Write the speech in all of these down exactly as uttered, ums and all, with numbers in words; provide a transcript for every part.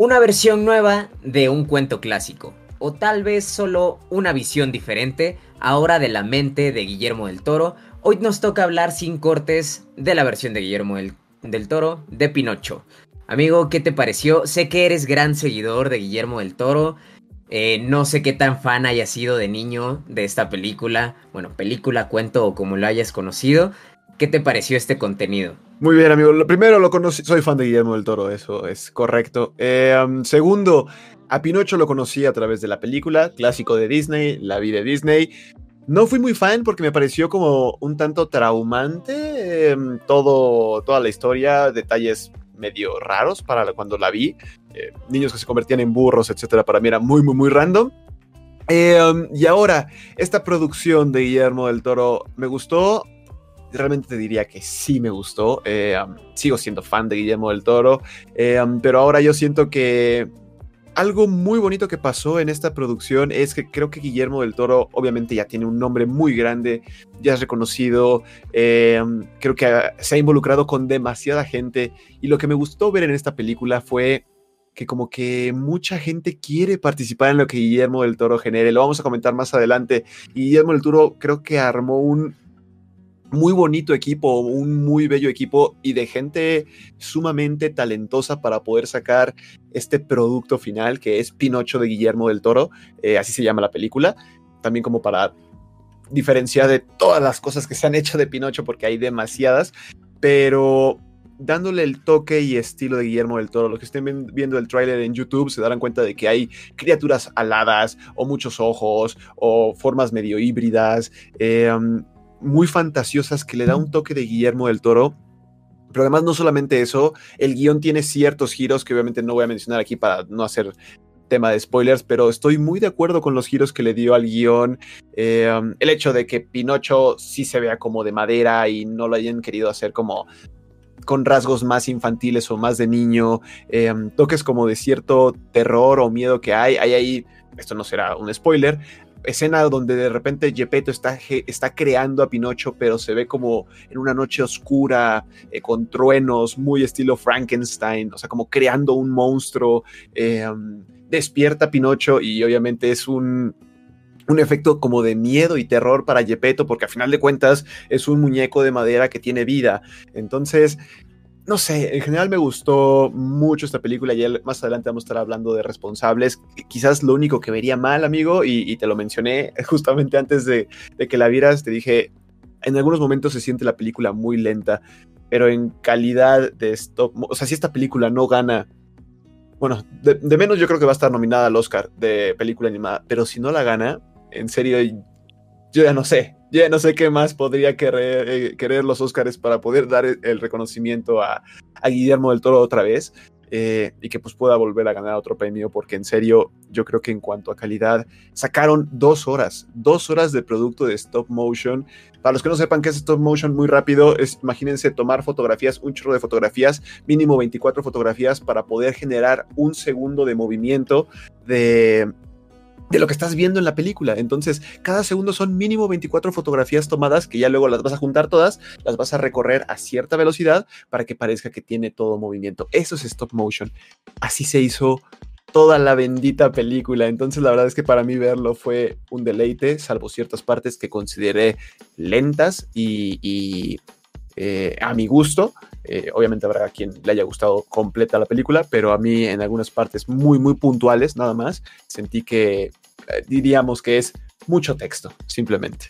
Una versión nueva de un cuento clásico, o tal vez solo una visión diferente, ahora de la mente de Guillermo del Toro. Hoy nos toca hablar sin cortes de la versión de Guillermo del, del Toro de Pinocho. Amigo, ¿qué te pareció? Sé que eres gran seguidor de Guillermo del Toro. Eh, no sé qué tan fan hayas sido de niño de esta película. Bueno, película, cuento o como lo hayas conocido. ¿Qué te pareció este contenido? Muy bien, amigo. Lo primero, lo conocí, soy fan de Guillermo del Toro, eso es correcto. Eh, um, segundo, a Pinocho lo conocí a través de la película, clásico de Disney, la vi de Disney. No fui muy fan porque me pareció como un tanto traumante eh, todo, toda la historia, detalles medio raros para cuando la vi. Eh, niños que se convertían en burros, etcétera, para mí era muy, muy, muy random. Eh, um, y ahora, esta producción de Guillermo del Toro me gustó. Realmente te diría que sí me gustó. Eh, um, sigo siendo fan de Guillermo del Toro, eh, um, pero ahora yo siento que algo muy bonito que pasó en esta producción es que creo que Guillermo del Toro obviamente ya tiene un nombre muy grande, ya es reconocido, eh, um, creo que ha, se ha involucrado con demasiada gente, y lo que me gustó ver en esta película fue que como que mucha gente quiere participar en lo que Guillermo del Toro genere. Lo vamos a comentar más adelante. Y Guillermo del Toro creo que armó un muy bonito equipo, un muy bello equipo y de gente sumamente talentosa para poder sacar este producto final que es Pinocho de Guillermo del Toro, eh, así se llama la película, también como para diferenciar de todas las cosas que se han hecho de Pinocho porque hay demasiadas, pero dándole el toque y estilo de Guillermo del Toro. Los que estén viendo el tráiler en YouTube se darán cuenta de que hay criaturas aladas o muchos ojos o formas medio híbridas, eh, um, muy fantasiosas, que le da un toque de Guillermo del Toro. Pero además no solamente eso, el guión tiene ciertos giros que obviamente no voy a mencionar aquí para no hacer tema de spoilers, pero estoy muy de acuerdo con los giros que le dio al guión. Eh, um, el hecho de que Pinocho sí se vea como de madera y no lo hayan querido hacer como con rasgos más infantiles o más de niño, eh, toques como de cierto terror o miedo que hay, hay ahí, esto no será un spoiler, escena donde de repente Geppetto está, está creando a Pinocho, pero se ve como en una noche oscura, eh, con truenos, muy estilo Frankenstein, o sea, como creando un monstruo, eh, um, despierta a Pinocho y obviamente es un, un efecto como de miedo y terror para Geppetto, porque a final de cuentas es un muñeco de madera que tiene vida. Entonces, no sé, en general me gustó mucho esta película. Ya más adelante vamos a estar hablando de responsables. Quizás lo único que vería mal, amigo, y, y te lo mencioné justamente antes de, de que la vieras, te dije, en algunos momentos se siente la película muy lenta, pero en calidad de stop, o sea, si esta película no gana, bueno, de, de menos yo creo que va a estar nominada al Oscar de película animada, pero si no la gana, en serio, yo ya no sé, ya no sé qué más podría querer, eh, querer los Oscars para poder dar el, el reconocimiento a, a Guillermo del Toro otra vez, eh, y que pues pueda volver a ganar otro premio, porque en serio, yo creo que en cuanto a calidad, sacaron dos horas, dos horas de producto de stop motion. Para los que no sepan qué es stop motion, muy rápido, es, imagínense tomar fotografías, un chorro de fotografías, mínimo veinticuatro fotografías para poder generar un segundo de movimiento de... de lo que estás viendo en la película. Entonces, cada segundo son mínimo veinticuatro fotografías tomadas que ya luego las vas a juntar todas, las vas a recorrer a cierta velocidad para que parezca que tiene todo movimiento. Eso es stop motion. Así se hizo toda la bendita película. Entonces, la verdad es que para mí verlo fue un deleite, salvo ciertas partes que consideré lentas y, y eh, a mi gusto. Eh, obviamente habrá quien le haya gustado completa la película, pero a mí en algunas partes muy, muy puntuales, nada más, sentí que eh, diríamos que es mucho texto, simplemente.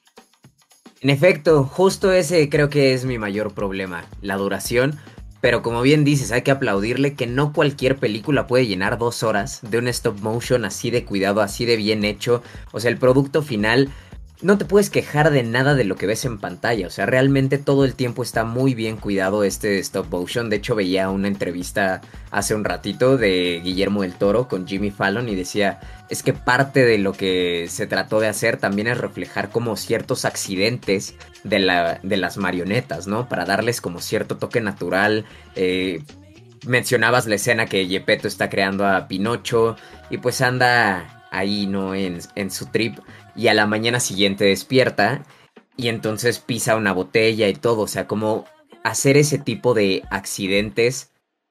En efecto, justo ese creo que es mi mayor problema, la duración. Pero como bien dices, hay que aplaudirle que no cualquier película puede llenar dos horas de un stop motion así de cuidado, así de bien hecho. O sea, el producto final, no te puedes quejar de nada de lo que ves en pantalla. O sea, realmente todo el tiempo está muy bien cuidado este stop motion. De hecho, veía una entrevista hace un ratito de Guillermo del Toro con Jimmy Fallon y decía, es que parte de lo que se trató de hacer también es reflejar como ciertos accidentes de, la, de las marionetas, ¿no? Para darles como cierto toque natural. Eh, mencionabas la escena que Geppetto está creando a Pinocho y pues anda ahí, ¿no? En, en su trip, y a la mañana siguiente despierta y entonces pisa una botella y todo. O sea, como hacer ese tipo de accidentes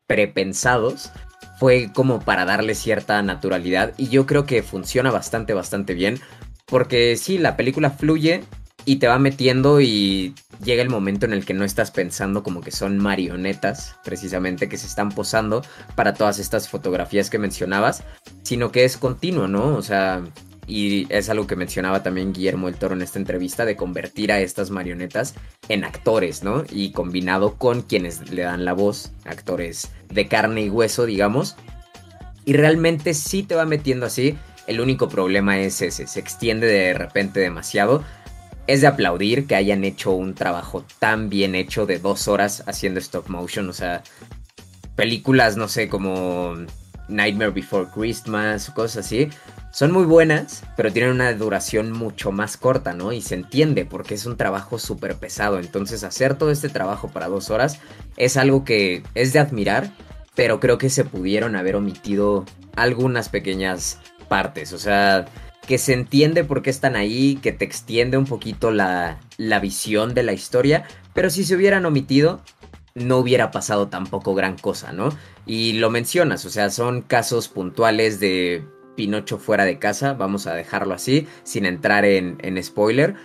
prepensados, fue como para darle cierta naturalidad y yo creo que funciona bastante, bastante bien, porque sí, la película fluye y te va metiendo y llega el momento en el que no estás pensando como que son marionetas, precisamente, que se están posando para todas estas fotografías que mencionabas, sino que es continuo, ¿no? O sea, y es algo que mencionaba también Guillermo del Toro en esta entrevista, de convertir a estas marionetas en actores, ¿no? Y combinado con quienes le dan la voz, actores de carne y hueso, digamos. Y realmente sí te va metiendo así. El único problema es ese, se extiende de repente demasiado. Es de aplaudir que hayan hecho un trabajo tan bien hecho de dos horas haciendo stop motion. O sea, películas, no sé, como Nightmare Before Christmas o cosas así, son muy buenas, pero tienen una duración mucho más corta, ¿no? Y se entiende porque es un trabajo súper pesado. Entonces hacer todo este trabajo para dos horas es algo que es de admirar, pero creo que se pudieron haber omitido algunas pequeñas partes. O sea, que se entiende por qué están ahí, que te extiende un poquito la, la visión de la historia, pero si se hubieran omitido, no hubiera pasado tampoco gran cosa, ¿no? Y lo mencionas, o sea, son casos puntuales de Pinocho fuera de casa, vamos a dejarlo así, sin entrar en, en spoiler.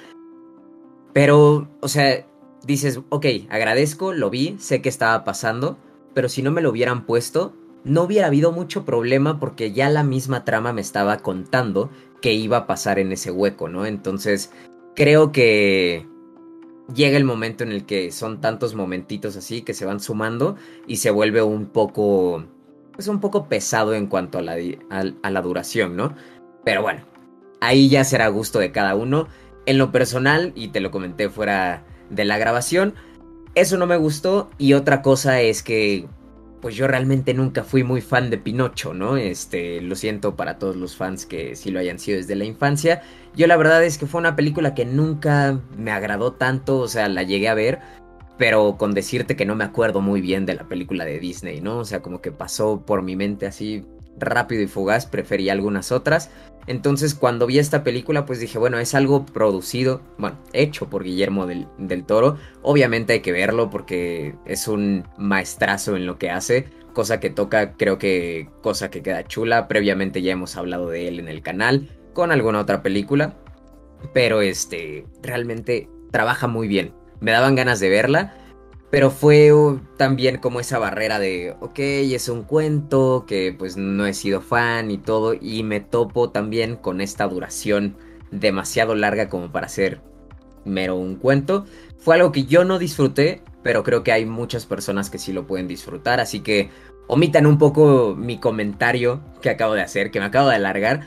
Pero, o sea, dices, ok, agradezco, lo vi, sé que estaba pasando, pero si no me lo hubieran puesto, no hubiera habido mucho problema porque ya la misma trama me estaba contando que iba a pasar en ese hueco, ¿no? Entonces, creo que llega el momento en el que son tantos momentitos así que se van sumando y se vuelve un poco, pues un poco pesado en cuanto a la, a, a la duración, ¿no? Pero bueno, ahí ya será gusto de cada uno. En lo personal, y te lo comenté fuera de la grabación, eso no me gustó. Y otra cosa es que pues yo realmente nunca fui muy fan de Pinocho, ¿no? Este, lo siento para todos los fans que sí lo hayan sido desde la infancia. Yo la verdad es que fue una película que nunca me agradó tanto, o sea, la llegué a ver, pero con decirte que no me acuerdo muy bien de la película de Disney, ¿no? O sea, como que pasó por mi mente así rápido y fugaz, prefería algunas otras. Entonces cuando vi esta película pues dije, bueno, es algo producido, bueno, hecho por Guillermo del, del Toro. Obviamente hay que verlo porque es un maestrazo en lo que hace, cosa que toca, creo que cosa que queda chula. Previamente ya hemos hablado de él en el canal con alguna otra película, pero este, realmente trabaja muy bien. Me daban ganas de verla, pero fue uh, también como esa barrera de, ok, es un cuento, que pues no he sido fan y todo, y me topo también con esta duración demasiado larga como para ser mero un cuento. Fue algo que yo no disfruté, pero creo que hay muchas personas que sí lo pueden disfrutar, así que omitan un poco mi comentario que acabo de hacer, que me acabo de alargar.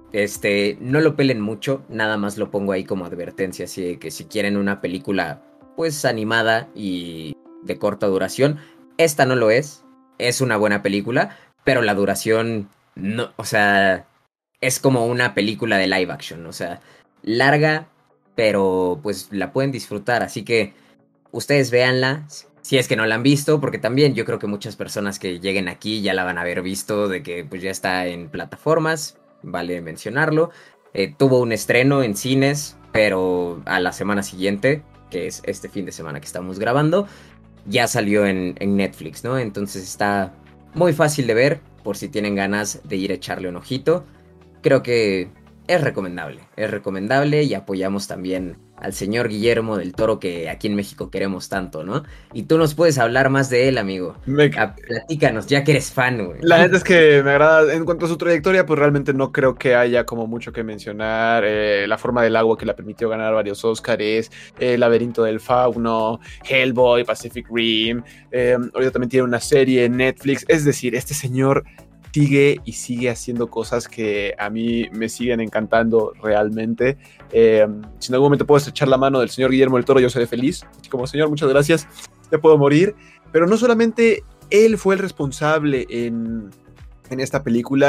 Este, no lo pelen mucho, nada más lo pongo ahí como advertencia, así de que si quieren una película pues animada y de corta duración, esta no lo es, es una buena película, pero la duración no, o sea, es como una película de live action, o sea, larga, pero pues la pueden disfrutar, así que ustedes véanla, si es que no la han visto, porque también yo creo que muchas personas que lleguen aquí ya la van a haber visto, de que pues ya está en plataformas, vale mencionarlo. Eh, tuvo un estreno en cines, pero a la semana siguiente, que es este fin de semana que estamos grabando, ya salió en, en Netflix, ¿no? Entonces está muy fácil de ver, por si tienen ganas de ir a echarle un ojito. Creo que es recomendable, es recomendable y apoyamos también al señor Guillermo del Toro que aquí en México queremos tanto, ¿no? Y tú nos puedes hablar más de él, amigo. Me... A, platícanos, ya que eres fan, güey. La neta es que me agrada. En cuanto a su trayectoria, pues realmente no creo que haya como mucho que mencionar. Eh, la forma del agua que la permitió ganar varios Óscares, eh, El laberinto del fauno, Hellboy, Pacific Rim. Eh, ahorita también tiene una serie en Netflix. Es decir, este señor sigue y sigue haciendo cosas que a mí me siguen encantando realmente. Eh, si en algún momento puedo echar la mano del señor Guillermo del Toro, yo seré feliz. Como señor, muchas gracias, ya puedo morir. Pero no solamente él fue el responsable en, en esta película,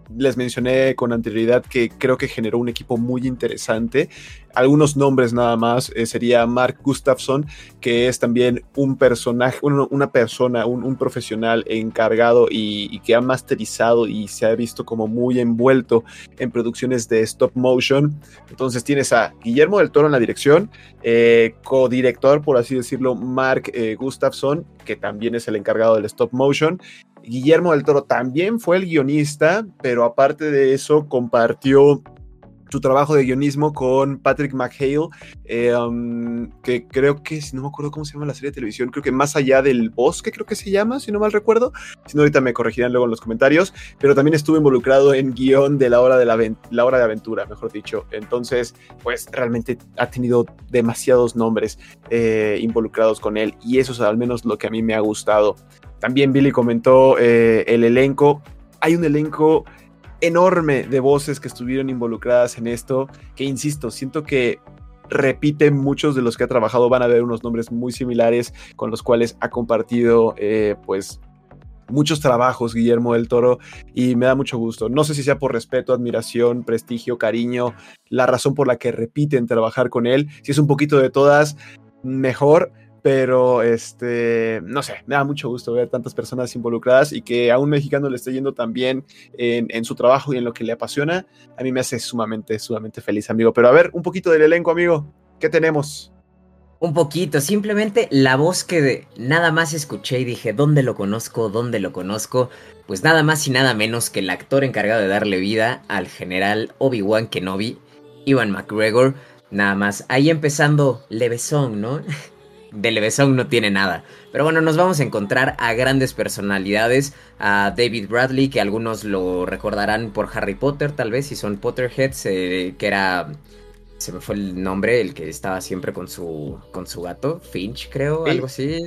les mencioné con anterioridad que creo que generó un equipo muy interesante. Algunos nombres nada más, eh, sería Mark Gustafson, que es también un personaje, un, una persona, un, un profesional encargado y, y que ha masterizado y se ha visto como muy envuelto en producciones de stop motion. Entonces tienes a Guillermo del Toro en la dirección, eh, codirector, por así decirlo, Mark eh, Gustafson, que también es el encargado del stop motion. Guillermo del Toro también fue el guionista, pero aparte de eso compartió su trabajo de guionismo con Patrick McHale, eh, um, que creo que, si no me acuerdo cómo se llama la serie de televisión, creo que Más allá del bosque, creo que se llama, si no mal recuerdo. Si no, ahorita me corregirán luego en los comentarios, pero también estuvo involucrado en guión de La Hora de, la, la Hora de Aventura, mejor dicho. Entonces, pues realmente ha tenido demasiados nombres eh, involucrados con él, y eso es al menos lo que a mí me ha gustado. También Billy comentó eh, el elenco. Hay un elenco enorme de voces que estuvieron involucradas en esto, que insisto, siento que repiten muchos de los que ha trabajado. Van a ver unos nombres muy similares con los cuales ha compartido eh, pues muchos trabajos Guillermo del Toro, y me da mucho gusto. No sé si sea por respeto, admiración, prestigio, cariño, la razón por la que repiten trabajar con él. Si es un poquito de todas, mejor. Pero, este, no sé, me da mucho gusto ver tantas personas involucradas y que a un mexicano le esté yendo tan bien en, en su trabajo y en lo que le apasiona. A mí me hace sumamente, sumamente feliz, amigo. Pero a ver, un poquito del elenco, amigo. ¿Qué tenemos? Un poquito, simplemente la voz que de, nada más escuché y dije, ¿dónde lo conozco? ¿Dónde lo conozco? Pues nada más y nada menos que el actor encargado de darle vida al general Obi-Wan Kenobi, Ewan McGregor. Nada más, ahí empezando levesón, ¿no? De levesón no tiene nada. Pero bueno, nos vamos a encontrar a grandes personalidades. A David Bradley, que algunos lo recordarán por Harry Potter, tal vez, si son Potterheads, eh, que era... Se me fue el nombre, el que estaba siempre con su, con su gato, Finch, creo, Sí. algo así.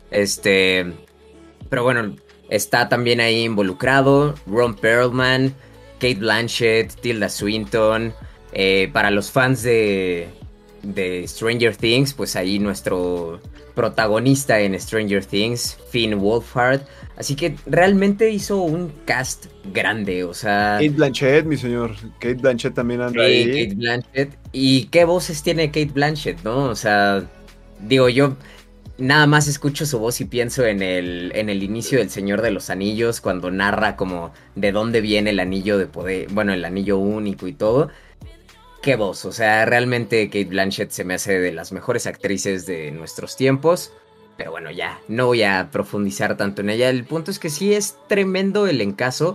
Este... Pero bueno, está también ahí involucrado Ron Perlman, Kate Blanchett, Tilda Swinton. Eh, para los fans de... de Stranger Things, pues ahí nuestro protagonista en Stranger Things, Finn Wolfhard. Así que realmente hizo un cast grande, o sea... Kate Blanchett, mi señor. Kate Blanchett también anda Sí, ahí. Kate Blanchett. ¿Y qué voces tiene Kate Blanchett, no? O sea, digo, yo nada más escucho su voz y pienso en el, en el inicio del Señor de los Anillos, cuando narra como de dónde viene el anillo de poder, bueno, el anillo único y todo. Qué voz, o sea, realmente Kate Blanchett se me hace de las mejores actrices de nuestros tiempos. Pero bueno, ya, no voy a profundizar tanto en ella. El punto es que sí es tremendo el encaso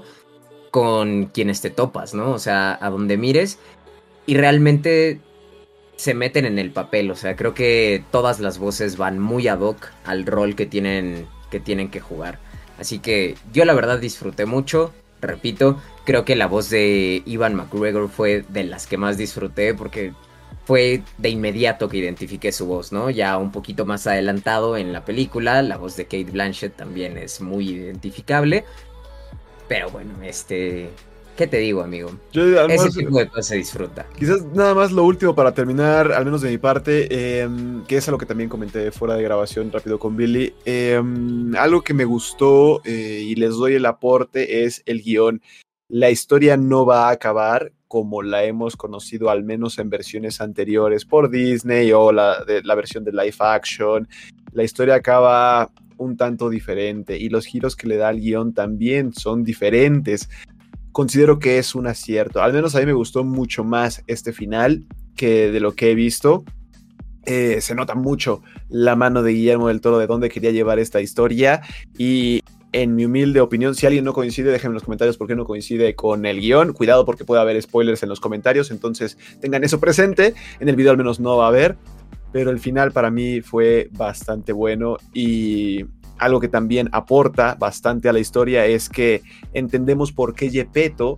con quienes te topas, ¿no? O sea, a donde mires y realmente se meten en el papel. O sea, creo que todas las voces van muy ad hoc al rol que tienen que, tienen que jugar. Así que yo la verdad disfruté mucho. Repito, creo que la voz de Ewan McGregor fue de las que más disfruté porque fue de inmediato que identifiqué su voz, ¿no? Ya un poquito más adelantado en la película, la voz de Kate Blanchett también es muy identificable. Pero bueno, este... ¿Qué te digo, amigo? Yo, Ese mejor, tipo de cosas se disfruta. Quizás nada más lo último para terminar, al menos de mi parte, eh, que es algo que también comenté fuera de grabación rápido con Billy. Eh, algo que me gustó eh, y les doy el aporte es el guión. La historia no va a acabar como la hemos conocido, al menos en versiones anteriores por Disney o la, de, la versión de live action. La historia acaba un tanto diferente y los giros que le da al guión también son diferentes. Considero que es un acierto. Al menos a mí me gustó mucho más este final que de lo que he visto. Eh, se nota mucho la mano de Guillermo del Toro de dónde quería llevar esta historia. Y en mi humilde opinión, si alguien no coincide, déjenme en los comentarios por qué no coincide con el guión. Cuidado porque puede haber spoilers en los comentarios, entonces tengan eso presente. En el video al menos no va a haber. Pero el final para mí fue bastante bueno y... algo que también aporta bastante a la historia es que entendemos por qué Gepetto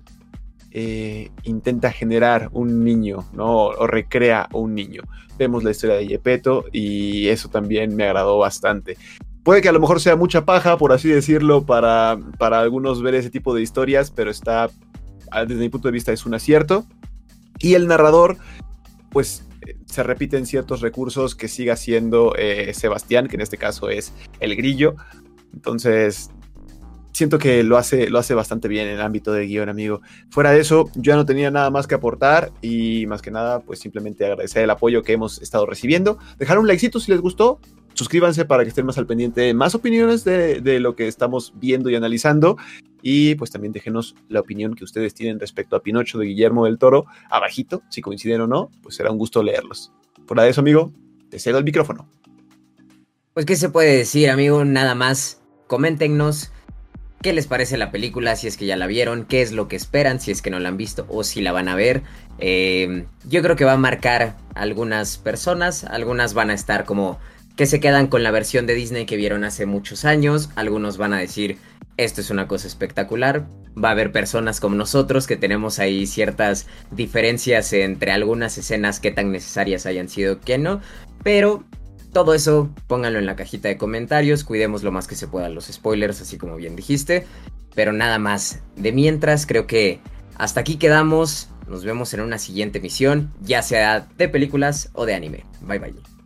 eh, intenta generar un niño, ¿no? O recrea un niño. Vemos la historia de Gepetto y eso también me agradó bastante. Puede que a lo mejor sea mucha paja, por así decirlo, para, para algunos ver ese tipo de historias, pero está, desde mi punto de vista, es un acierto. Y el narrador, pues... se repiten ciertos recursos que siga siendo eh, Sebastián, que en este caso es el grillo. Entonces, siento que lo hace, lo hace bastante bien en el ámbito de guión, amigo. Fuera de eso, yo ya no tenía nada más que aportar y más que nada, pues simplemente agradecer el apoyo que hemos estado recibiendo. Dejar un likecito si les gustó. Suscríbanse para que estén más al pendiente de más opiniones de, de lo que estamos viendo y analizando. Y pues también déjenos la opinión que ustedes tienen respecto a Pinocho de Guillermo del Toro abajito, si coinciden o no, pues será un gusto leerlos. Fuera de eso, amigo, te cedo el micrófono. Pues, ¿qué se puede decir, amigo? Nada más, coméntenos qué les parece la película, si es que ya la vieron, qué es lo que esperan, si es que no la han visto o si la van a ver. Eh, yo creo que va a marcar a algunas personas, algunas van a estar como que se quedan con la versión de Disney que vieron hace muchos años, algunos van a decir, esto es una cosa espectacular. Va a haber personas como nosotros que tenemos ahí ciertas diferencias entre algunas escenas, qué tan necesarias hayan sido, que no, pero todo eso pónganlo en la cajita de comentarios, cuidemos lo más que se pueda los spoilers, así como bien dijiste, pero nada más. De mientras, creo que hasta aquí quedamos, nos vemos en una siguiente emisión, ya sea de películas o de anime. Bye bye.